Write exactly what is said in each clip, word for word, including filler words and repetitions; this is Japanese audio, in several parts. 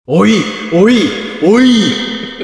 おいおいおい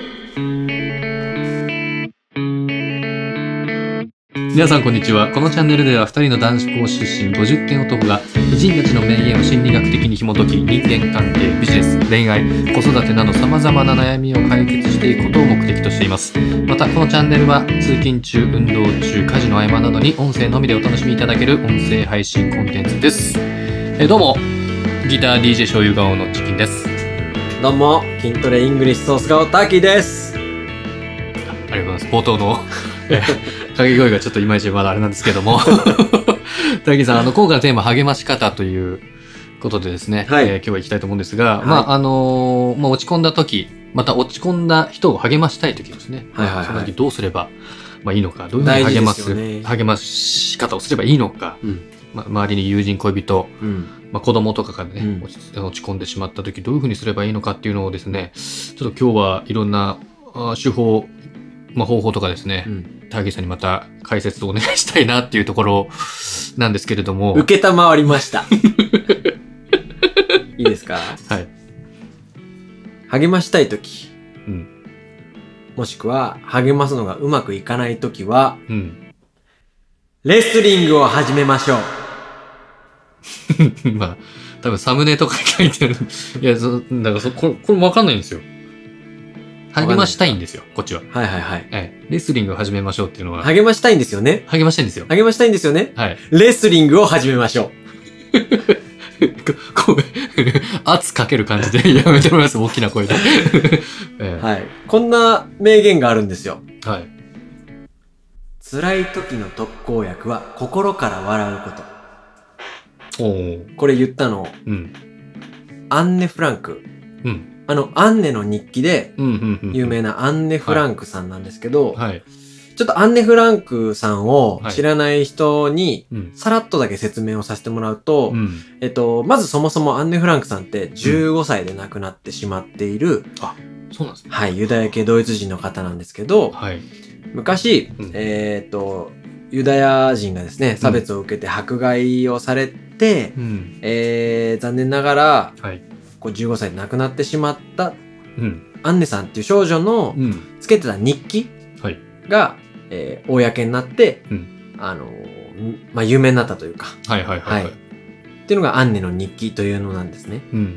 皆さんこんにちは。このチャンネルではふたりの男子校出身ごじゅってん男が偉人たちの名言を心理学的に紐解き、人間関係、ビジネス、恋愛、子育てなど様々な悩みを解決していくことを目的としています。またこのチャンネルは通勤中、運動中、家事の合間などに音声のみでお楽しみいただける音声配信コンテンツです。えどうもギター ディージェー 醤油顔のチキンです。 どうも筋トレイングリッシュソース顔ターキーです。 ありがとうございます。冒頭の掛け声がちょっといまいちまだあれなんですけどもターキーさん、あの今回のテーマ励まし方ということでですね、はいえー、今日は行きたいと思うんですが、はい、まああのーまあ、落ち込んだ時、また落ち込んだ人を励ましたい時ですね、はいはいはい、その時どうすれば、まあ、いいのか、どういうふうに励ます、ね、励まし方をすればいいのか、うんまあ、周りに友人、恋人、うんまあ、子供とかがね、うん、落ち、落ち込んでしまった時どういうふうにすればいいのかっていうのをですね、ちょっと今日はいろんな手法、まあ、方法とかですね、うん、ターゲーさんにまた解説をお願いしたいなっていうところなんですけれども。 受けたまわりました。いいですか？ はい。 励ましたい時、うん、もしくは励ますのがうまくいかない時は、うん、レスリングを始めましょう。 まあ、多分サムネとかに書いてある。いや、そ、だからそ、これ、これわかんないんですよ。励ましたいんですよ、こっちは。 はいはいはい。 はい。レスリングを始めましょうっていうのは。 励ましたいんですよね。 励ましたいんですよ。 励ましたいんですよね。 はい。 レスリングを始めましょう。 こう、圧かける感じでやめてもらいます、大きな声で。 ええ、はい。こんな名言があるんですよ。 はい。 辛い時の特効薬は心から笑うこと。 おこれ言ったの、うん、アンネ・フランク。うん、あの、アンネの日記で、有名なアンネ・フランクさんなんですけど、はいはい、ちょっとアンネ・フランクさんを知らない人に、さらっとだけ説明をさせてもらうと、うん、えっと、まずそもそもアンネ・フランクさんってじゅうごさいで亡くなってしまっている、うん、 あ、そうなんですね。 はい、ユダヤ系ドイツ人の方なんですけど、はい、昔、うん、えー、っと、ユダヤ人がですね、差別を受けて迫害をされて、うんえー、残念ながら、はい、こうじゅうごさいで亡くなってしまった、うん、アンネさんっていう少女のつけてた日記が、はいえー、公になって、うん、あのー、まあ、有名になったというか、 はいはいはい、はいはい。 っていうのがアンネの日記というのなんですね。うんうんうん、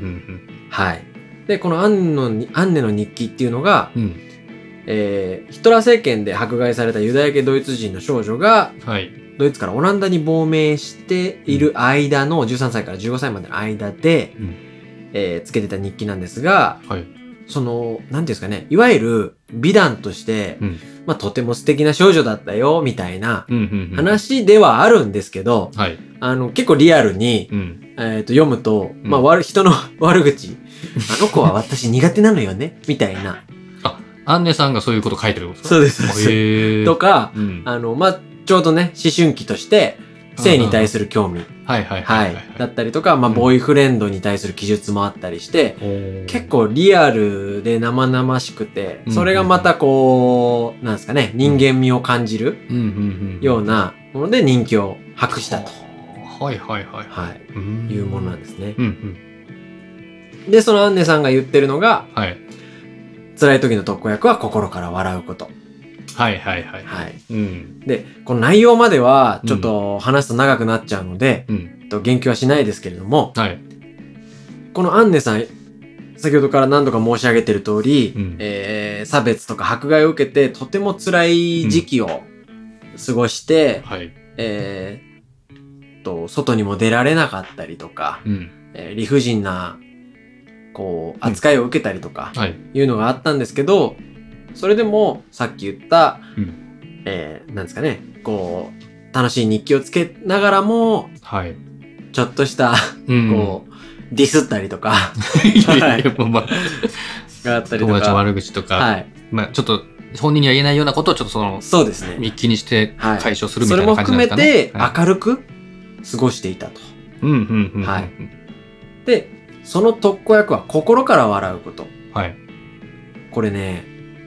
はい。で、このアンネの、アンネの日記っていうのが、うんえー、ヒトラー政権で迫害されたユダヤ系ドイツ人の少女が、はい、ドイツからオランダに亡命している間のじゅうさんさいからじゅうごさいまでの間で、うんえー、つけてた日記なんですが、はい、その、なんていうんですかね、いわゆる美談として、うんまあ、とても素敵な少女だったよ、みたいな話ではあるんですけど、はい、あの結構リアルに、うんえー、と読むと、うんまあ、悪人の悪口、あの子は私苦手なのよね、みたいな。 アンネさんがそういうこと書いてるんですか？ そうです。へとか、うん、あの、まあ、ちょうどね、思春期として、性に対する興味。 はいはいはい、はい。 だったりとか、まあ、ボーイフレンドに対する記述もあったりして、うん、結構リアルで生々しくて、それがまたこう、なんですかね、人間味を感じるようなもので人気を博したと。 はいはいはい。 はい。いうものなんですね。うんうん、で、そのアンネさんが言ってるのが、はい辛い時の特効薬は心から笑うこと。 はいはいはい。 はい。うん、で、この内容まではちょっと話すと長くなっちゃうので、うん、と言及はしないですけれども、はい、このアンネさん、先ほどから何度か申し上げている通り、うんえー、差別とか迫害を受けてとても辛い時期を過ごして、うんはいえー、と外にも出られなかったりとか、うんえー、理不尽なこう扱いを受けたりとかいうのがあったんですけど、はい、それでもさっき言った、うんえー、なんですかねこう楽しい日記をつけながらも、はい、ちょっとした、うん、こうディスったりとかがあったりとか友達の悪口とか、はいまあ、ちょっと本人には言えないようなことをちょっとそのそうですね日記にして解消するみたいな感じなんですかね、 はい、それも含めて明るく過ごしていたと。はい、でその特効薬は心から笑うこと。はい。これね、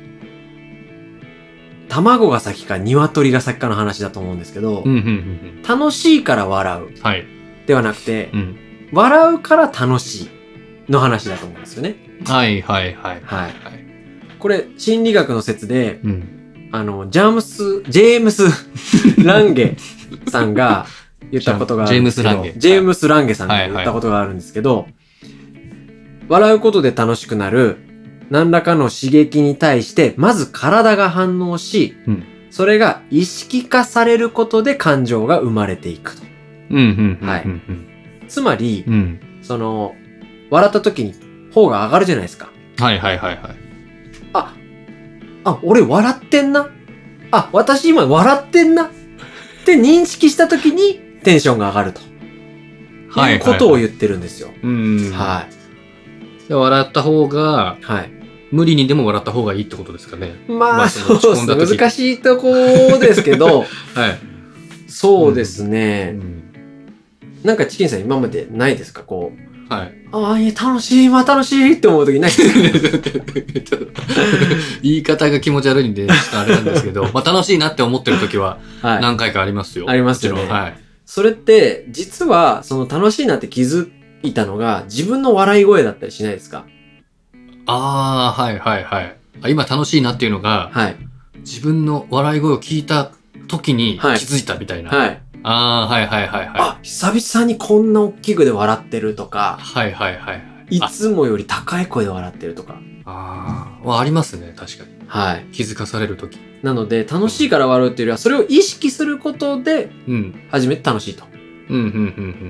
卵が先か鶏が先かの話だと思うんですけど、うんうんうんうん、楽しいから笑う。はい。ではなくて、うん、笑うから楽しい。 の話だと思うんですよね。 はいはいはい。 はい。これ、心理学の説で、 うん、 あの、ジャムス、ジェームス・ランゲさんが言ったことがあるんですけど、ジェームス・ランゲ。ジェームス・ランゲさんが言ったことがあるんですけど、はいはい、笑うことで楽しくなる何らかの刺激に対して、まず体が反応し、うん、それが意識化されることで感情が生まれていくと。はい。つまり、うん、その、笑った時に頬が上がるじゃないですか。 はいはいはいはい。 あ、あ、俺笑ってんな。あ、私今笑ってんな。って認識した時にテンションが上がると。はい。いうことを言ってるんですよ。 うん。はい。で笑った方が、はい。無理にでも笑った方がいいってことですかね。 まあ、まあ、そうです。難しいとこですけど、はい。そうですね。うん、なんかチキンさん今までないですかこう。はい。ああ、いや、楽しい、まあ楽しいって思う時ないですか言い方が気持ち悪いんで、ちょっとあれなんですけど、まあ楽しいなって思ってる時は何回かありますよ。 はい、ありますよね。はい。それって、実は、その楽しいなって気づいたのが、自分の笑い声だったりしないですか？ ああ、はいはいはい。今楽しいなっていうのが、はい。自分の笑い声を聞いた時に気づいたみたいな。はい。はい、ああ、はいはいはいはい。 あ、久々にこんな大きくで笑ってるとか。 はいはいはい。 いつもより高い声で笑ってるとか。 ああ、ありますね、確かに。はい。気づかされるとき。 なので、楽しいから笑うっていうよりは、それを意識することで、うん。初めて楽しいと。うん、うん、うん、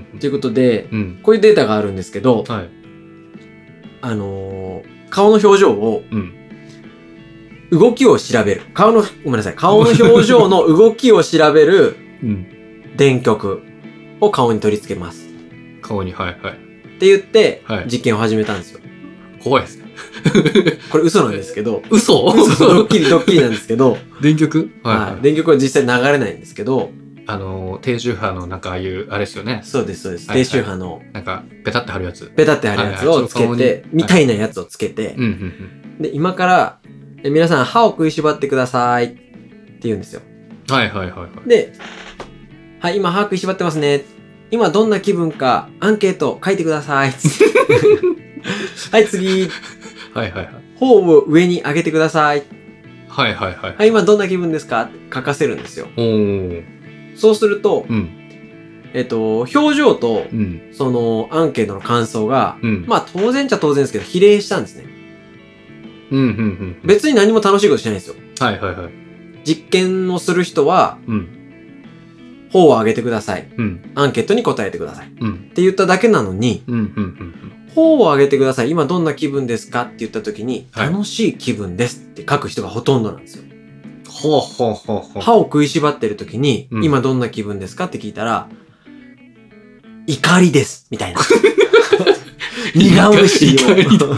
うん。ということで、うん、こういうデータがあるんですけど、はい。あのー、顔の表情を、うん。動きを調べる。顔の、ごめんなさい。顔の表情の動きを調べる、うん。電極を顔に取り付けます。 顔に、はいはい。 って言って、はい、実験を始めたんですよ。 怖いですね。 これ嘘なんですけど。 嘘嘘ドッキリドッキリなんですけど。 電極はい、はい。電極は実際流れないんですけど。 あのー、低周波のなんかああいう、あれですよね。 そうですそうです。はいはい、低周波の。 なんか、ペタって貼るやつ。 ペタって貼るやつをつけて、はいはい、みたいなやつをつけて、うんうんうん、で、今から、皆さん歯を食いしばってくださいって言うんですよ。 はいはいはい、はい。 で、はい、今歯食いしばってますね。今どんな気分かアンケート書いてください。はい、次。 はいはいはい。 頬を上に上げてください。 はいはいはい。 はい、今どんな気分ですかって書かせるんですよ。おそうすると、うん、えっと、表情と、うん、そのアンケートの感想が、うん、まあ当然っちゃ当然ですけど、比例したんですね。うんうんうん、別に何も楽しいことしないんですよ。 はいはいはい。 実験をする人は、うん、頬を上げてください、うん。アンケートに答えてください。うん、って言っただけなのに、うんうんうんうん、頬を上げてください。今どんな気分ですかって言った時に、はい、楽しい気分ですって書く人がほとんどなんですよ。 ほうほうほうほう。 歯を食いしばってる時に、うん、今どんな気分ですかって聞いたら、怒りです。みたいな。苦虫を。怒りです。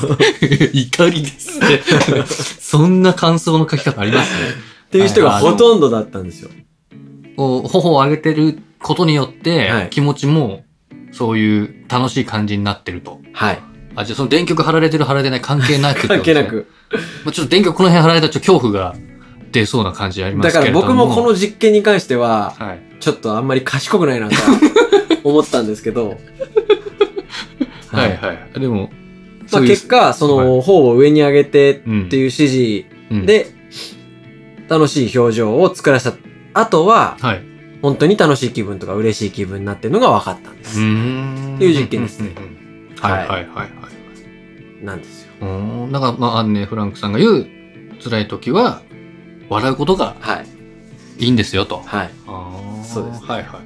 怒りですね。そんな感想の書き方ありますね。 っていう人がほとんどだったんですよ。 頬を上げてることによって、はい、気持ちもそういう楽しい感じになってると。はい。あ、じゃあその電極貼られてる貼られてない関係なく、ね、 関係なく。 まあちょっと電極この辺貼られたらちょっと恐怖が出そうな感じありますけれども。 だから僕もこの実験に関しては、はい、ちょっとあんまり賢くないなと思ったんですけど。 はい、はいはいでも、 まあ結果、その頬を上に上げてっていう指示で、楽しい表情を作らせた後は、はい、本当に楽しい気分とか嬉しい気分になってるのが分かったんです。うーんっていう実験ですね。 はいはいはいはい。 なんですよ。 うん。だから、まあ、アンネ・フランクさんが言う、辛い時は、笑うことがいいんですよと。はい。あそうです、ね。 はいはい。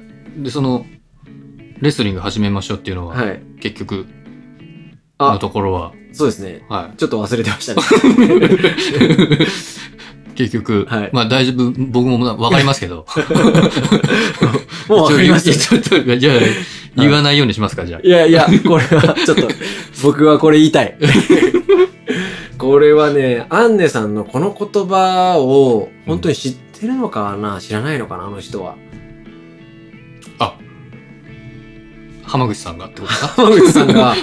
で、その、レスリング始めましょうっていうのは、はい、結局、のところは。 そうですね。はい。ちょっと忘れてましたね。 結局、はい、まあ大丈夫、僕もわかりますけど。 もうわかりました、ね。 ちょっと、じゃあ、言わないようにしますか、じゃあ。 いやいや、これは、ちょっと、僕はこれ言いたい。これはね、アンネさんのこの言葉を、本当に知ってるのかな、うん、知らないのかな、あの人は。 あ、浜口さんがってことですか？ 浜口さんが、はい。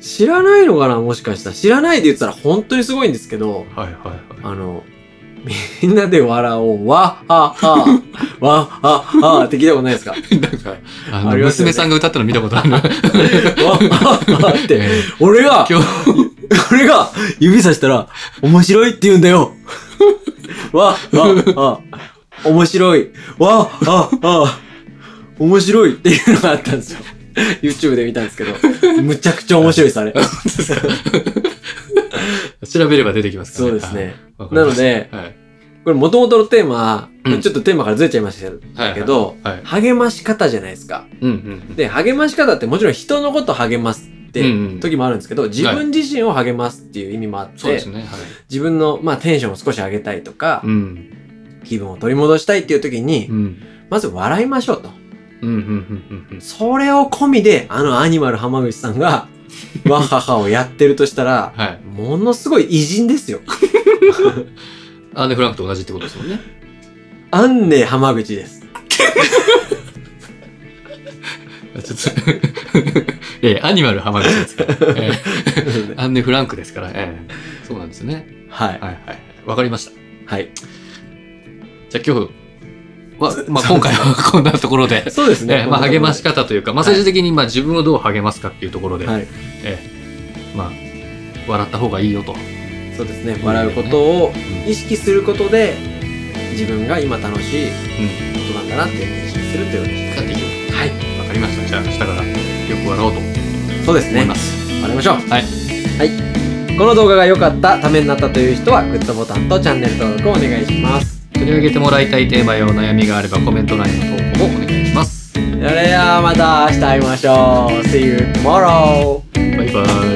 知らないのかな、もしかしたら。知らないで言ったら本当にすごいんですけど、はいはいはい。あの、 みんなで笑おう。わはは。わははって聞いたことないですか？ なんか、あの、あね、娘さんが歌ったの見たことある。わははって、えー、俺が、俺が指さしたら、面白いって言うんだよ。わはは。面白い。わはは。面白いっていうのがあったんですよ。YouTube で見たんですけど、むちゃくちゃ面白いです、あれ。 調べれば出てきますからね。そうですね。なので、はい、これ元々のテーマ、うん、ちょっとテーマからずれちゃいましたけど、はいはいはい、励まし方じゃないですか、うんうんうん。で、励まし方ってもちろん人のことを励ますって時もあるんですけど、うんうん、自分自身を励ますっていう意味もあって、はい、そうですね、はい、自分の、まあ、テンションを少し上げたいとか、うん、気分を取り戻したいっていう時に、うん、まず笑いましょうと。うんうんうんうん、それを込みで、あのアニマル浜口さんが、わははをやってるとしたら、はい、ものすごい偉人ですよ。 アンネ・フランクと同じってことですもんね。 アンネ浜口です。 ちょっとええ、アニマル浜口ですから。ええ、アンネ・フランクですから、ええ、そうなんですね。はい。はいはい。わかりました。はい。じゃあ今日、ままあ、今回はこんなところで。 そうですね。 ええ、まあ励まし方というか、まあ最終的にまあ自分をどう励ますかっていうところで、はい、ええ、まあ、笑った方がいいよと。 そうですね。笑うことを意識することで、自分が今楽しいことなんだなって認識するというように使っていきます。 はい。わかりました。じゃあ明日からよく笑おうと。 そうですね。 思います。 笑いましょう。はい。はい。この動画が良かった、ためになったという人は、グッドボタンとチャンネル登録をお願いします。 取り上げてもらいたいテーマやお悩みがあればコメント欄への投稿もお願いします。 やれや、また明日会いましょう。See you tomorrow. バイバイ。